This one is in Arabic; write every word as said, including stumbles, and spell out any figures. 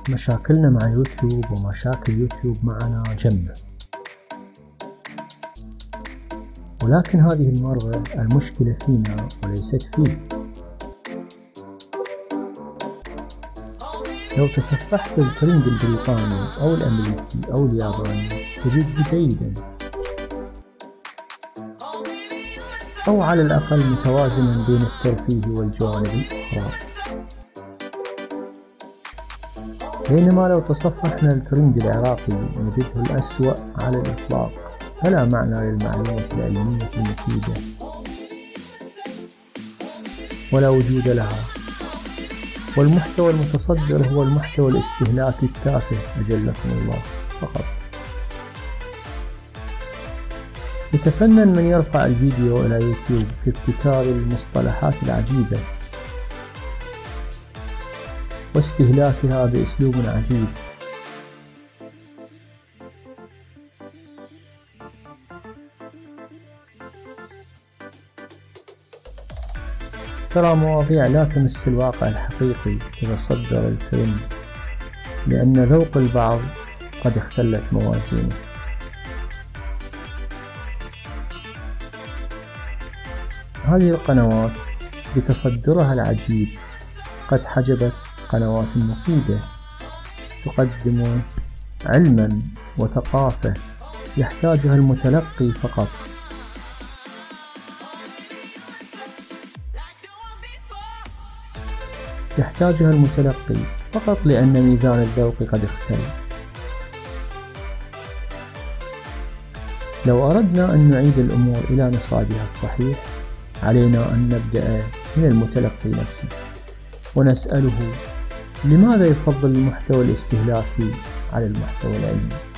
مشاكلنا مع يوتيوب ومشاكل يوتيوب معنا جمة، ولكن هذه المرة المشكلة فينا وليست فيه. لو تصفحت الترند البريطاني أو الأمريكي أو الياباني تجده جيدا، أو على الأقل متوازنا بين الترفيه والجوانب الأخرى. بينما لو تصفحنا الترند العراقي نجده الأسوأ على الإطلاق، فلا معنى للمعلومة العلمية المفيدة ولا وجود لها، والمحتوى المتصدر هو المحتوى الاستهلاكي التافه أجلكم الله فقط. يتفنن من يرفع الفيديو إلى يوتيوب في ابتكار المصطلحات العجيبة واستهلاكها بأسلوب عجيب، ترى مواضيع لا تمس الواقع الحقيقي تتصدر الترند، لأن ذوق البعض قد اختلت موازينه. هذه القنوات بتصدرها العجيب قد حجبت قنوات مفيدة تقدم علما وثقافة يحتاجها المتلقي فقط، يحتاجها المتلقي فقط لأن ميزان الذوق قد اختل. لو أردنا أن نعيد الأمور إلى نصابها الصحيح، علينا أن نبدأ من المتلقي نفسه ونسأله لماذا يفضل المحتوى الاستهلاكي على المحتوى العلمي.